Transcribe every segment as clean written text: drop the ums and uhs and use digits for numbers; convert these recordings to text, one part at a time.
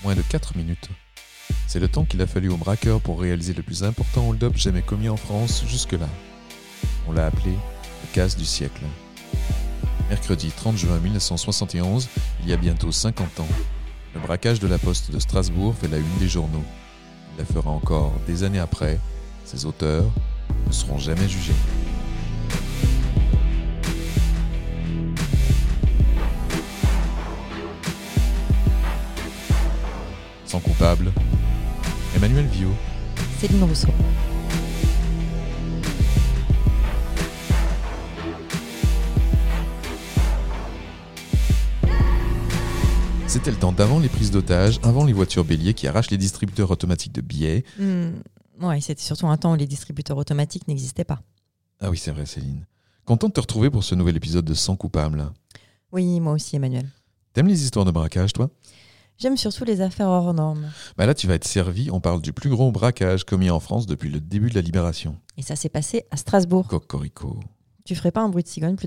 Moins de 4 minutes. C'est le temps qu'il a fallu aux braqueurs pour réaliser le plus important hold-up jamais commis en France jusque-là. On l'a appelé le casse du siècle. Mercredi 30 juin 1971, il y a bientôt 50 ans, le braquage de la Poste de Strasbourg fait la une des journaux. Il la fera encore des années après. Ses auteurs ne seront jamais jugés. Sans coupable, Emmanuel Viaud, Céline Rousseau. C'était le temps d'avant les prises d'otages, avant les voitures béliers qui arrachent les distributeurs automatiques de billets. Ouais, c'était surtout un temps où les distributeurs automatiques n'existaient pas. Ah oui, c'est vrai, Céline. Content de te retrouver pour ce nouvel épisode de Sans coupable. Oui, moi aussi, Emmanuel. T'aimes les histoires de braquage, toi ? J'aime surtout les affaires hors normes. Bah là, tu vas être servi. On parle du plus gros braquage commis en France depuis le début de la Libération. Et ça s'est passé à Strasbourg. Cocorico. Tu ferais pas un bruit de cigogne plutôt ?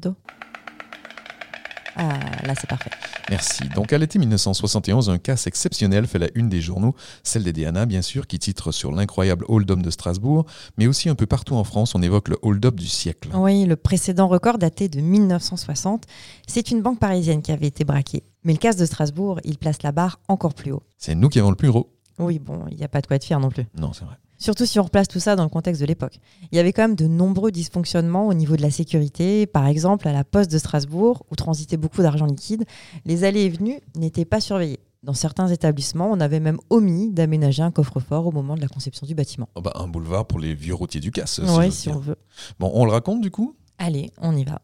Ah, là c'est parfait. Merci. Donc à l'été 1971, un casse exceptionnel fait la une des journaux, celle des DNA bien sûr, qui titre sur l'incroyable hold-up de Strasbourg, mais aussi un peu partout en France, on évoque le hold-up du siècle. Oui, le précédent record daté de 1960. C'est une banque parisienne qui avait été braquée. Mais le casse de Strasbourg, il place la barre encore plus haut. C'est nous qui avons le plus gros. Oui, bon, il n'y a pas de quoi être fier non plus. Non, c'est vrai. Surtout si on replace tout ça dans le contexte de l'époque. Il y avait quand même de nombreux dysfonctionnements au niveau de la sécurité. Par exemple, à la Poste de Strasbourg, où transitait beaucoup d'argent liquide, les allées et venues n'étaient pas surveillées. Dans certains établissements, on avait même omis d'aménager un coffre-fort au moment de la conception du bâtiment. Oh bah, un boulevard pour les vieux routiers du casse. Oui, si on veut. Bon, on le raconte du coup ? Allez, on y va.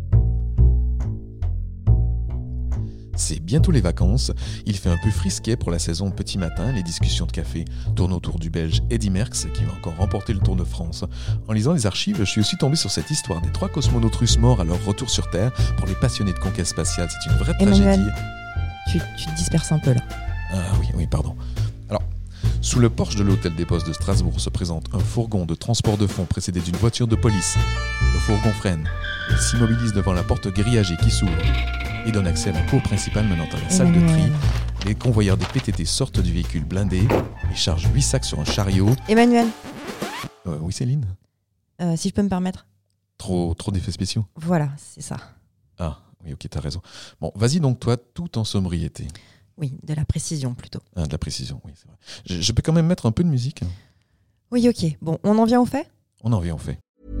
C'est bientôt les vacances, il fait un peu frisquet pour la saison petit matin, les discussions de café tournent autour du Belge Eddy Merckx qui va encore remporter le Tour de France. En lisant les archives, je suis aussi tombé sur cette histoire des 3 cosmonautes russes morts à leur retour sur Terre. Pour les passionnés de conquête spatiale, c'est une vraie Emmanuel, tragédie. Tu te disperses un peu là. Ah oui, pardon. Alors, sous le porche de l'hôtel des Postes de Strasbourg se présente un fourgon de transport de fonds précédé d'une voiture de police. Le fourgon freine, il s'immobilise devant la porte grillagée qui s'ouvre et donne accès à la cour principale menant à la salle de tri. Les convoyeurs des PTT sortent du véhicule blindé et chargent 8 sacs sur un chariot. Emmanuel, Oui, Céline ? si je peux me permettre. Trop d'effets spéciaux ? Voilà, c'est ça. Ah, oui, ok, t'as raison. Bon, vas-y donc toi, tout en sobriété. Oui, de la précision plutôt. Ah, de la précision, oui, c'est vrai. Je peux quand même mettre un peu de musique ? Oui, ok. Bon, on en vient au fait ? On en vient, on fait.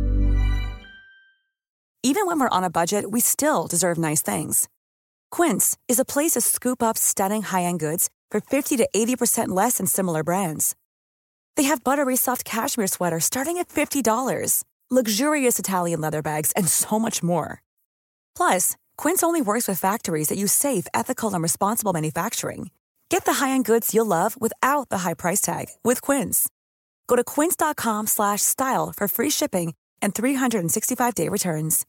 Even when we're on a budget, we still deserve nice things. Quince is a place to scoop up stunning high-end goods for 50 to 80% less than similar brands. They have buttery soft cashmere sweaters starting at $50, luxurious Italian leather bags, and so much more. Plus, Quince only works with factories that use safe, ethical, and responsible manufacturing. Get the high-end goods you'll love without the high price tag with Quince. Go to quince.com/style for free shipping and 365-day returns.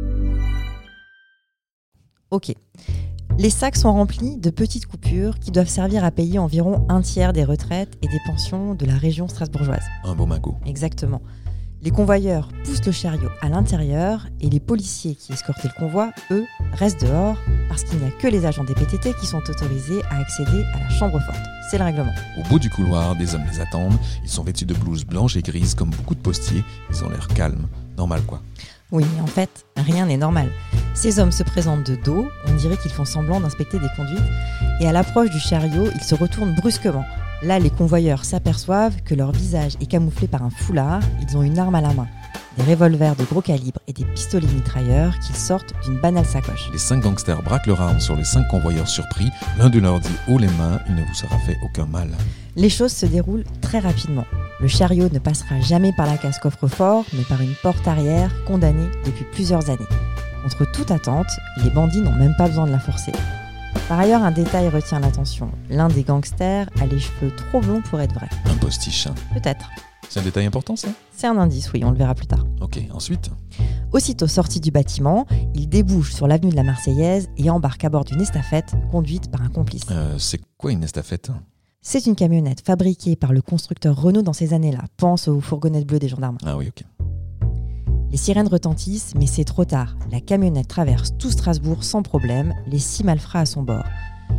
Ok. Les sacs sont remplis de petites coupures qui doivent servir à payer environ un tiers des retraites et des pensions de la région strasbourgeoise. Un beau magot. Exactement. Les convoyeurs poussent le chariot à l'intérieur et les policiers qui escortaient le convoi, eux, restent dehors parce qu'il n'y a que les agents des PTT qui sont autorisés à accéder à la chambre forte. C'est le règlement. Au bout du couloir, des hommes les attendent. Ils sont vêtus de blouses blanches et grises comme beaucoup de postiers. Ils ont l'air calmes. Normal quoi. Oui, mais en fait, rien n'est normal. Ces hommes se présentent de dos, on dirait qu'ils font semblant d'inspecter des conduites, et à l'approche du chariot, ils se retournent brusquement. Là, les convoyeurs s'aperçoivent que leur visage est camouflé par un foulard, ils ont une arme à la main, des revolvers de gros calibre et des pistolets mitrailleurs qu'ils sortent d'une banale sacoche. Les 5 gangsters braquent leur arme sur les 5 convoyeurs surpris. L'un d'eux leur dit haut les mains, il ne vous sera fait aucun mal. Les choses se déroulent très rapidement. Le chariot ne passera jamais par la case coffre-fort, mais par une porte arrière condamnée depuis plusieurs années. Contre toute attente, les bandits n'ont même pas besoin de la forcer. Par ailleurs, un détail retient l'attention. L'un des gangsters a les cheveux trop blonds pour être vrai. Un postiche. Peut-être. C'est un détail important ça ? C'est un indice, oui, on le verra plus tard. Ok, ensuite ? Aussitôt sorti du bâtiment, il débouche sur l'avenue de la Marseillaise et embarque à bord d'une estafette conduite par un complice. C'est quoi une estafette ? C'est une camionnette fabriquée par le constructeur Renault dans ces années-là. Pense aux fourgonnettes bleues des gendarmes. Ah oui, ok. Les sirènes retentissent, mais c'est trop tard. La camionnette traverse tout Strasbourg sans problème, les 6 malfrats à son bord.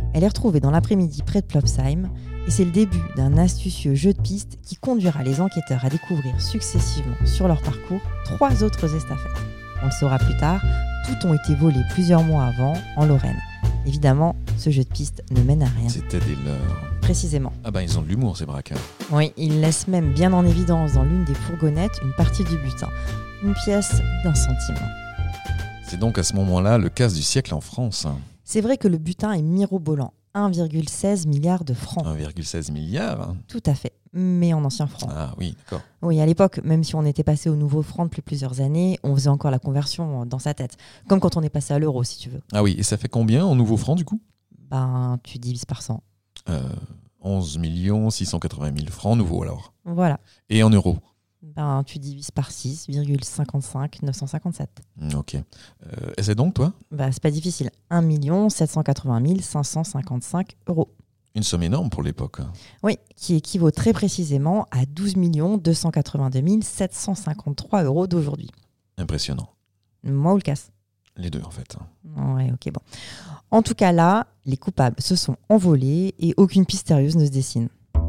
Elle est retrouvée dans l'après-midi près de Plopsheim et c'est le début d'un astucieux jeu de piste qui conduira les enquêteurs à découvrir successivement sur leur parcours 3 autres estafettes. On le saura plus tard, toutes ont été volées plusieurs mois avant en Lorraine. Évidemment, ce jeu de piste ne mène à rien. C'était des leurs. Précisément. Ah ben ils ont de l'humour ces braqueurs. Oui, ils laissent même bien en évidence dans l'une des fourgonnettes une partie du butin. Une pièce d'1 centime. C'est donc à ce moment-là le casse du siècle en France. C'est vrai que le butin est mirobolant. 1,16 milliard de francs. 1,16 milliard. Tout à fait, mais en ancien franc. Ah oui, d'accord. Oui, à l'époque, même si on était passé au nouveau franc depuis plusieurs années, on faisait encore la conversion dans sa tête. Comme quand on est passé à l'euro, si tu veux. Ah oui, et ça fait combien en nouveau franc du coup ? Ben, tu divises par 100. 11 680 000 francs nouveaux alors. Voilà. Et en euros ? Ben, tu divises par 6,55 957. Ok. Essaie donc toi ? Ben, c'est pas difficile. 1 780 555 €. Une somme énorme pour l'époque. Oui, qui équivaut très précisément à 12 282 753 € d'aujourd'hui. Impressionnant. Moi ou le casse ? Les deux en fait. Ouais, ok, bon. En tout cas là, les coupables se sont envolés et aucune piste sérieuse ne se dessine.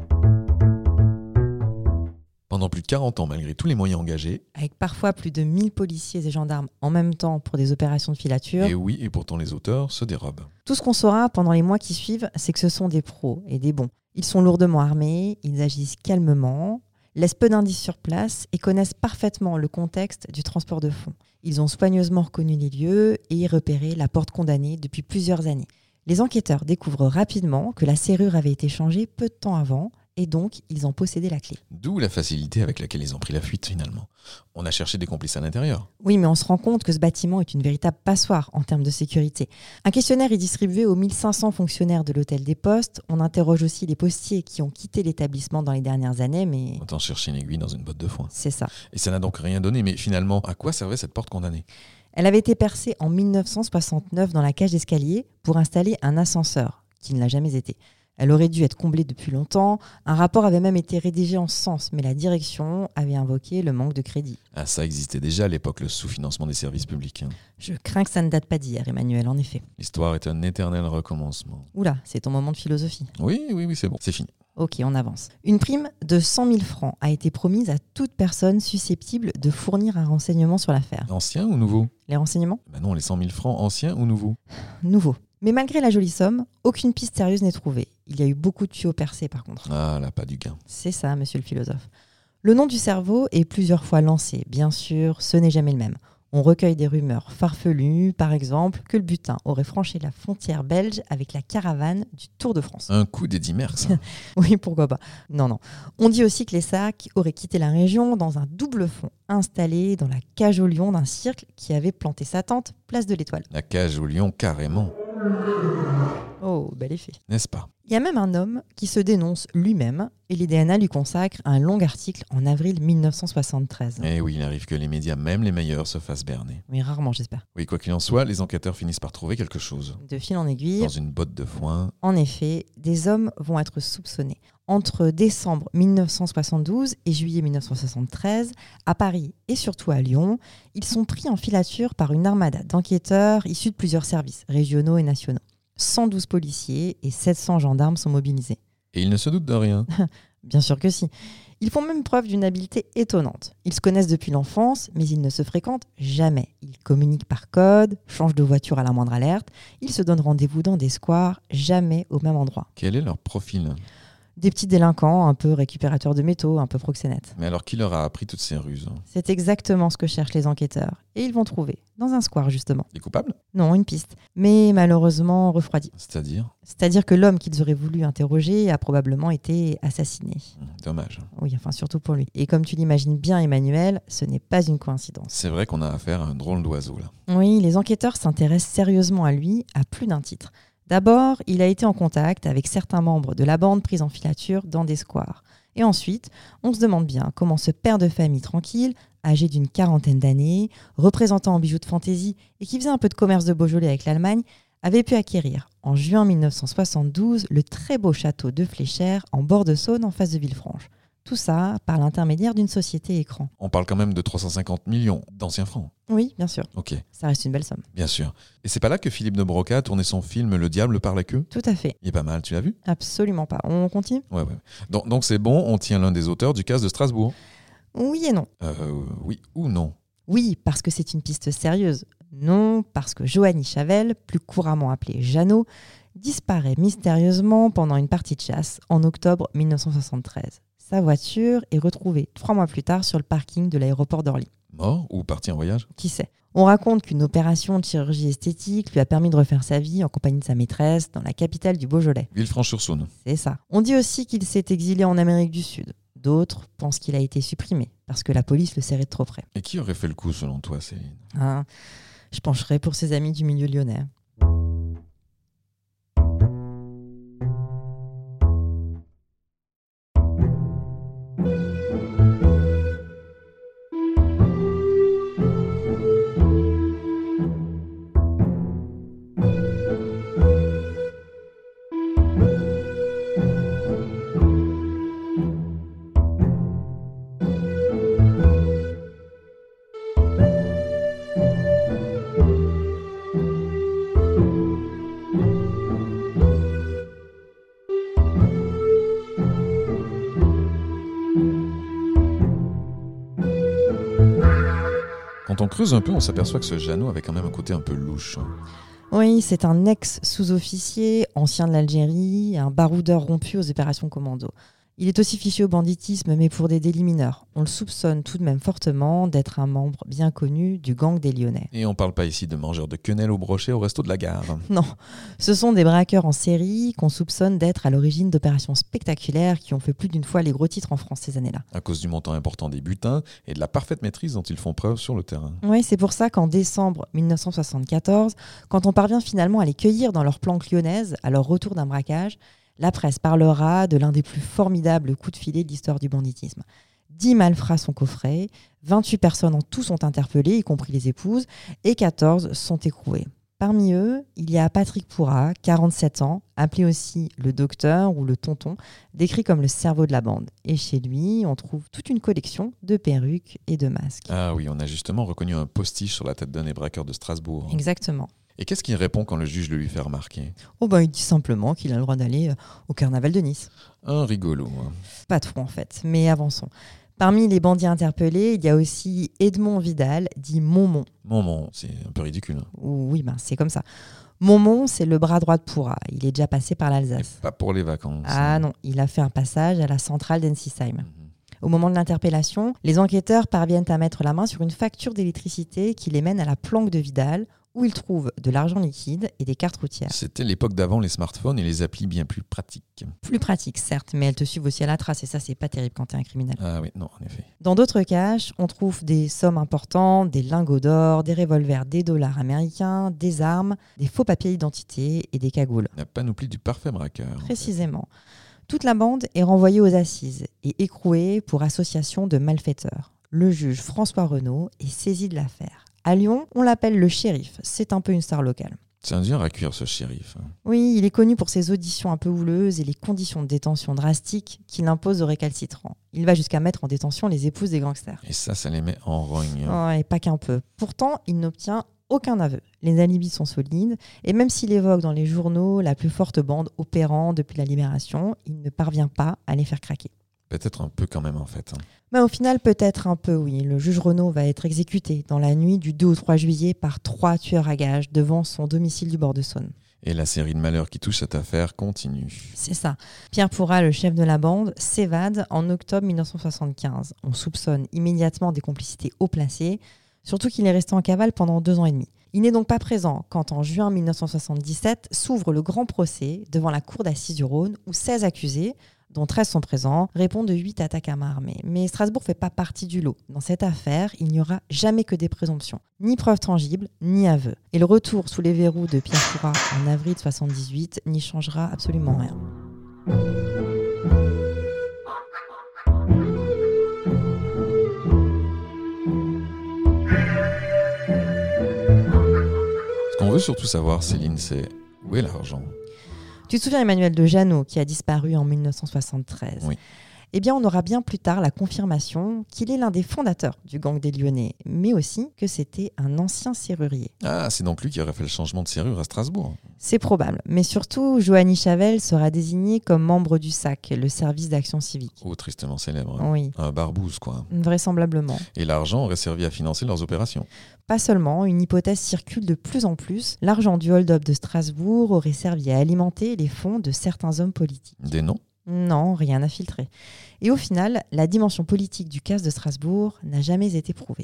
Pendant plus de 40 ans, malgré tous les moyens engagés. Avec parfois plus de 1000 policiers et gendarmes en même temps pour des opérations de filature. Et oui, et pourtant les auteurs se dérobent. Tout ce qu'on saura pendant les mois qui suivent, c'est que ce sont des pros et des bons. Ils sont lourdement armés, ils agissent calmement, laissent peu d'indices sur place et connaissent parfaitement le contexte du transport de fonds. Ils ont soigneusement reconnu les lieux et repéré la porte condamnée depuis plusieurs années. Les enquêteurs découvrent rapidement que la serrure avait été changée peu de temps avant et donc ils en possédaient la clé. D'où la facilité avec laquelle ils ont pris la fuite finalement. On a cherché des complices à l'intérieur. Oui, mais on se rend compte que ce bâtiment est une véritable passoire en termes de sécurité. Un questionnaire est distribué aux 1500 fonctionnaires de l'hôtel des Postes. On interroge aussi les postiers qui ont quitté l'établissement dans les dernières années, mais... Autant chercher une aiguille dans une botte de foin. C'est ça. Et ça n'a donc rien donné, mais finalement, à quoi servait cette porte condamnée ? Elle avait été percée en 1969 dans la cage d'escalier pour installer un ascenseur, qui ne l'a jamais été. Elle aurait dû être comblée depuis longtemps. Un rapport avait même été rédigé en ce sens, mais la direction avait invoqué le manque de crédit. Ah, ça existait déjà à l'époque, le sous-financement des services publics. Je crains que ça ne date pas d'hier, Emmanuel, en effet. L'histoire est un éternel recommencement. Oula, c'est ton moment de philosophie. Oui, c'est bon, c'est fini. Ok, on avance. Une prime de 100 000 francs a été promise à toute personne susceptible de fournir un renseignement sur l'affaire. Ancien ou nouveau ? Les renseignements ? Ben non, les 100 000 francs, anciens ou nouveaux ? Nouveau. Mais malgré la jolie somme, aucune piste sérieuse n'est trouvée. Il y a eu beaucoup de tuyaux percés par contre. Ah là, pas du gain. C'est ça, monsieur le philosophe. Le nom du cerveau est plusieurs fois lancé. Bien sûr, ce n'est jamais le même. On recueille des rumeurs farfelues, par exemple, que le butin aurait franchi la frontière belge avec la caravane du Tour de France. Un coup d'Eddy Merckx. Oui, pourquoi pas. Non. On dit aussi que les sacs auraient quitté la région dans un double fond installé dans la cage au lion d'un cirque qui avait planté sa tente place de l'Étoile. La cage au lion, carrément. Oh, bel effet. N'est-ce pas ? Il y a même un homme qui se dénonce lui-même et les DNA lui consacrent un long article en avril 1973. Eh oui, il arrive que les médias, même les meilleurs, se fassent berner. Mais rarement, j'espère. Oui, quoi qu'il en soit, les enquêteurs finissent par trouver quelque chose. De fil en aiguille, Dans une botte de foin. en effet, des hommes vont être soupçonnés. Entre décembre 1972 et juillet 1973, à Paris et surtout à Lyon, ils sont pris en filature par une armada d'enquêteurs issus de plusieurs services régionaux et nationaux. 112 policiers et 700 gendarmes sont mobilisés. Et ils ne se doutent de rien. Bien sûr que si. Ils font même preuve d'une habileté étonnante. Ils se connaissent depuis l'enfance, mais ils ne se fréquentent jamais. Ils communiquent par code, changent de voiture à la moindre alerte. Ils se donnent rendez-vous dans des squares, jamais au même endroit. Quel est leur profil ? Des petits délinquants, un peu récupérateurs de métaux, un peu proxénètes. Mais alors, qui leur a appris toutes ces ruses ? C'est exactement ce que cherchent les enquêteurs. Et ils vont trouver, dans un square justement. Les coupables ? Non, une piste. Mais malheureusement refroidie. C'est-à-dire que l'homme qu'ils auraient voulu interroger a probablement été assassiné. Dommage. Oui, enfin surtout pour lui. Et comme tu l'imagines bien, Emmanuel, ce n'est pas une coïncidence. C'est vrai qu'on a affaire à un drôle d'oiseau là. Oui, les enquêteurs s'intéressent sérieusement à lui à plus d'un titre. D'abord, il a été en contact avec certains membres de la bande prise en filature dans des squares. Et ensuite, on se demande bien comment ce père de famille tranquille, âgé d'une 40aine d'années, représentant en bijoux de fantaisie et qui faisait un peu de commerce de Beaujolais avec l'Allemagne, avait pu acquérir en juin 1972 le très beau château de Fléchères en bord de Saône en face de Villefranche. Tout ça par l'intermédiaire d'une société écran. On parle quand même de 350 millions d'anciens francs. Oui, bien sûr. Ok, Ça reste une belle somme. bien sûr. Et c'est pas là que Philippe de Broca a tourné son film Le diable par la queue ? Tout à fait. Il est pas mal, tu l'as vu ? Absolument pas. On continue ? Ouais. Donc c'est bon, on tient l'un des auteurs du casse de Strasbourg. Oui et non. Oui ou non ? Oui, parce que c'est une piste sérieuse. Non, parce que Johanny Chavel, plus couramment appelé Jeannot, disparaît mystérieusement pendant une partie de chasse en octobre 1973. Sa voiture est retrouvée 3 mois plus tard sur le parking de l'aéroport d'Orly. Mort ou parti en voyage ? Qui sait ? On raconte qu'une opération de chirurgie esthétique lui a permis de refaire sa vie en compagnie de sa maîtresse dans la capitale du Beaujolais. Villefranche-sur-Saône. C'est ça. On dit aussi qu'il s'est exilé en Amérique du Sud. D'autres pensent qu'il a été supprimé parce que la police le serrait de trop près. Et qui aurait fait le coup selon toi, Céline ? Hein, je pencherai pour ses amis du milieu lyonnais. Quand on creuse un peu, on s'aperçoit que ce Jeannot avait quand même un côté un peu louche. Oui, c'est un ex-sous-officier, ancien de l'Algérie, un baroudeur rompu aux opérations commando. Il est aussi fiché au banditisme, mais pour des délits mineurs. On le soupçonne tout de même fortement d'être un membre bien connu du gang des Lyonnais. Et on parle pas ici de mangeurs de quenelles au brochet au resto de la gare. Non, ce sont des braqueurs en série qu'on soupçonne d'être à l'origine d'opérations spectaculaires qui ont fait plus d'une fois les gros titres en France ces années-là. À cause du montant important des butins et de la parfaite maîtrise dont ils font preuve sur le terrain. Oui, c'est pour ça qu'en décembre 1974, quand on parvient finalement à les cueillir dans leur planque lyonnaise, à leur retour d'un braquage, la presse parlera de l'un des plus formidables coups de filet de l'histoire du banditisme. 10 malfrats sont coffrés, 28 personnes en tout sont interpellées, y compris les épouses, et 14 sont écrouées. Parmi eux, il y a Patrick Pourrat, 47 ans, appelé aussi le docteur ou le tonton, décrit comme le cerveau de la bande. Et chez lui, on trouve toute une collection de perruques et de masques. Ah oui, on a justement reconnu un postiche sur la tête d'un des braqueurs de Strasbourg. Exactement. Et qu'est-ce qu'il répond quand le juge le lui fait remarquer ? Il dit simplement qu'il a le droit d'aller au carnaval de Nice. Un rigolo. Pas trop en fait, mais avançons. Parmi les bandits interpellés, il y a aussi Edmond Vidal, dit Momon. Momon, c'est un peu ridicule. Oui, c'est comme ça. Momon, c'est le bras droit de Pourrat. Il est déjà passé par l'Alsace. Et pas pour les vacances. Ah non, il a fait un passage à la centrale d'Ensisheim. Au moment de l'interpellation, les enquêteurs parviennent à mettre la main sur une facture d'électricité qui les mène à la planque de Vidal, où ils trouvent de l'argent liquide et des cartes routières. C'était l'époque d'avant les smartphones et les applis bien plus pratiques. Plus pratique, certes, mais elles te suivent aussi à la trace, et ça, c'est pas terrible quand t'es un criminel. Ah oui, non, en effet. Dans d'autres caches, on trouve des sommes importantes, des lingots d'or, des revolvers, des dollars américains, des armes, des faux papiers d'identité et des cagoules. La panoplie du parfait braqueur. Précisément. Toute la bande est renvoyée aux assises et écrouée pour association de malfaiteurs. Le juge François Renaud est saisi de l'affaire. À Lyon, on l'appelle le shérif. C'est un peu une star locale. C'est un dur à cuire, ce shérif. Oui, il est connu pour ses auditions un peu houleuses et les conditions de détention drastiques qu'il impose aux récalcitrants. Il va jusqu'à mettre en détention les épouses des gangsters. Et ça les met en rogne. Et pas qu'un peu. Pourtant, il n'obtient aucun aveu. Les alibis sont solides, et même s'il évoque dans les journaux la plus forte bande opérant depuis la Libération, il ne parvient pas à les faire craquer. Peut-être un peu quand même, en fait. Au final, peut-être un peu, oui. Le juge Renaud va être exécuté dans la nuit du 2 au 3 juillet par 3 tueurs à gages devant son domicile du bord de Saône. Et la série de malheurs qui touche cette affaire continue. C'est ça. Pierre Pourrat, le chef de la bande, s'évade en octobre 1975. On soupçonne immédiatement des complicités haut placées, surtout qu'il est resté en cavale pendant 2 ans et demi. Il n'est donc pas présent quand, en juin 1977, s'ouvre le grand procès devant la cour d'assises du Rhône où 16 accusés, dont 13 sont présents, répondent de 8 attaques à main armée. Mais Strasbourg ne fait pas partie du lot. Dans cette affaire, il n'y aura jamais que des présomptions. Ni preuves tangibles, ni aveux. Et le retour sous les verrous de Pierre Pourrat en avril 1978 n'y changera absolument rien. Ce qu'on veut surtout savoir, Céline, c'est où est l'argent ? Tu te souviens, Emmanuel, de Jeannot qui a disparu en 1973 ? Oui. Eh bien, on aura bien plus tard la confirmation qu'il est l'un des fondateurs du gang des Lyonnais, mais aussi que c'était un ancien serrurier. Ah, c'est donc lui qui aurait fait le changement de serrure à Strasbourg. C'est probable, mais surtout, Johanny Chavel sera désigné comme membre du SAC, le service d'action civique. Oh, tristement célèbre. Oui. Un barbouze, quoi. Vraisemblablement. Et l'argent aurait servi à financer leurs opérations. Pas seulement, une hypothèse circule de plus en plus. L'argent du hold-up de Strasbourg aurait servi à alimenter les fonds de certains hommes politiques. Des noms ? Non, rien à filtrer. Et au final, la dimension politique du casse de Strasbourg n'a jamais été prouvée.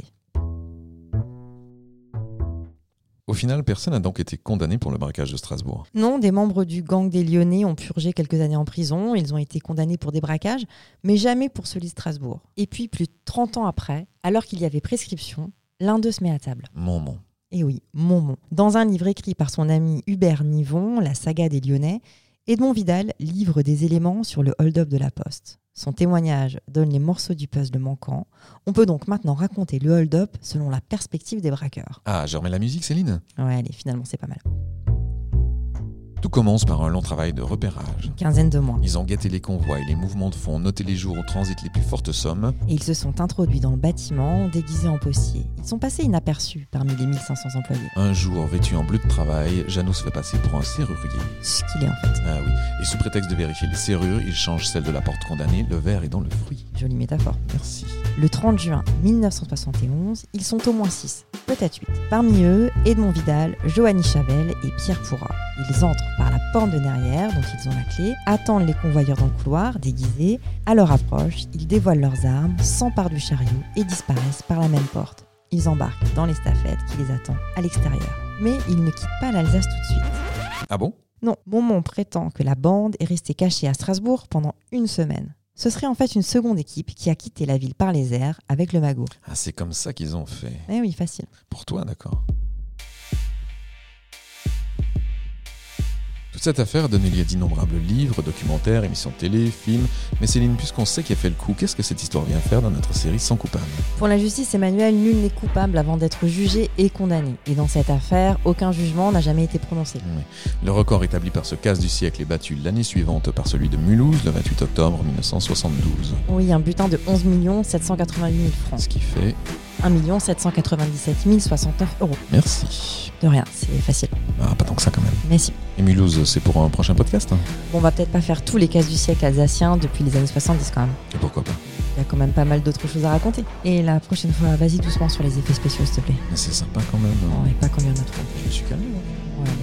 Au final, personne n'a donc été condamné pour le braquage de Strasbourg. Non, des membres du gang des Lyonnais ont purgé quelques années en prison. Ils ont été condamnés pour des braquages, mais jamais pour celui de Strasbourg. Et puis, plus de 30 ans après, alors qu'il y avait prescription, l'un d'eux se met à table. Momon. Et oui, Momon. Dans un livre écrit par son ami Hubert Nivon, La saga des Lyonnais, Edmond Vidal livre des éléments sur le hold-up de la Poste. Son témoignage donne les morceaux du puzzle manquants. On peut donc maintenant raconter le hold-up selon la perspective des braqueurs. Ah, je remets la musique, Céline ? Ouais, allez, finalement, c'est pas mal. Tout commence par un long travail de repérage. Une quinzaine de mois. Ils ont guetté les convois et les mouvements de fonds, noté les jours où transitent les plus fortes sommes. Et ils se sont introduits dans le bâtiment, déguisés en postiers. Ils sont passés inaperçus parmi les 1500 employés. Un jour, vêtu en bleu de travail, Jeannot se fait passer pour un serrurier. Ce qu'il est en fait. Ah oui, et sous prétexte de vérifier les serrures, il change celle de la porte condamnée, le verre est dans le fruit. Jolie métaphore. Merci. Le 30 juin 1971, ils sont au moins 6, peut-être 8. Parmi eux, Edmond Vidal, Johanny Chavel et Pierre Pourrat. Ils entrent par la porte de derrière, dont ils ont la clé, attendent les convoyeurs dans le couloir, déguisés. À leur approche, ils dévoilent leurs armes, s'emparent du chariot et disparaissent par la même porte. Ils embarquent dans l'estafette qui les attend à l'extérieur. Mais ils ne quittent pas l'Alsace tout de suite. Ah bon ? Non, Momon prétend que la bande est restée cachée à Strasbourg pendant une semaine. Ce serait en fait une seconde équipe qui a quitté la ville par les airs avec le magot. Ah, c'est comme ça qu'ils ont fait. Eh oui, facile. Pour toi, d'accord. Toute cette affaire a donné lieu à d'innombrables livres, documentaires, émissions de télé, films. Mais Céline, puisqu'on sait qui a fait le coup, qu'est-ce que cette histoire vient faire dans notre série Sans coupable ? Pour la justice, Emmanuel, nul n'est coupable avant d'être jugé et condamné. Et dans cette affaire, aucun jugement n'a jamais été prononcé. Oui. Le record établi par ce casse du siècle est battu l'année suivante par celui de Mulhouse, le 28 octobre 1972. Oui, un butin de 11 788 000 francs. Ce qui fait... 1 797 069 €. Merci. De rien, c'est facile. Ah, pas tant que ça quand même. Mais si. Et Mulhouse, c'est pour un prochain podcast, hein ? Bon, on va peut-être pas faire tous les cases du siècle alsaciens depuis les années 70 quand même. Et pourquoi pas ? Il y a quand même pas mal d'autres choses à raconter. Et la prochaine fois, vas-y doucement sur les effets spéciaux, s'il te plaît. Mais c'est sympa quand même. Non, et pas quand il y en a trop. Je me suis calmé, moi. Ouais.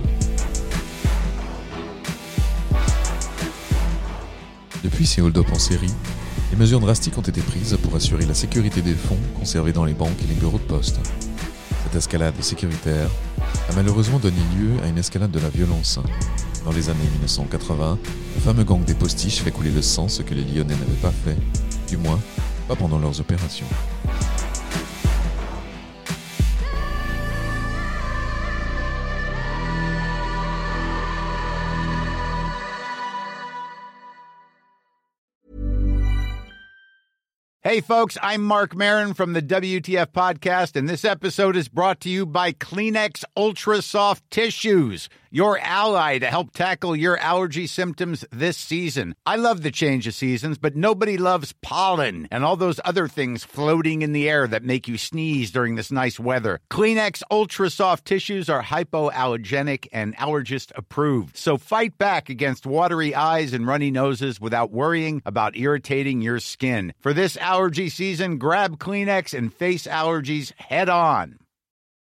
Depuis ces hold-up en série, des mesures drastiques ont été prises pour assurer la sécurité des fonds conservés dans les banques et les bureaux de poste. Cette escalade sécuritaire a malheureusement donné lieu à une escalade de la violence. Dans les années 1980, le fameux gang des postiches fait couler le sang, ce que les Lyonnais n'avaient pas fait, du moins pas pendant leurs opérations. Hey, folks, I'm Mark Maron from the WTF Podcast, and this episode is brought to you by Kleenex Ultra Soft Tissues, your ally to help tackle your allergy symptoms this season. I love the change of seasons, but nobody loves pollen and all those other things floating in the air that make you sneeze during this nice weather. Kleenex Ultra Soft Tissues are hypoallergenic and allergist approved, so fight back against watery eyes and runny noses without worrying about irritating your skin. For this allergy season, grab Kleenex and face allergies head on.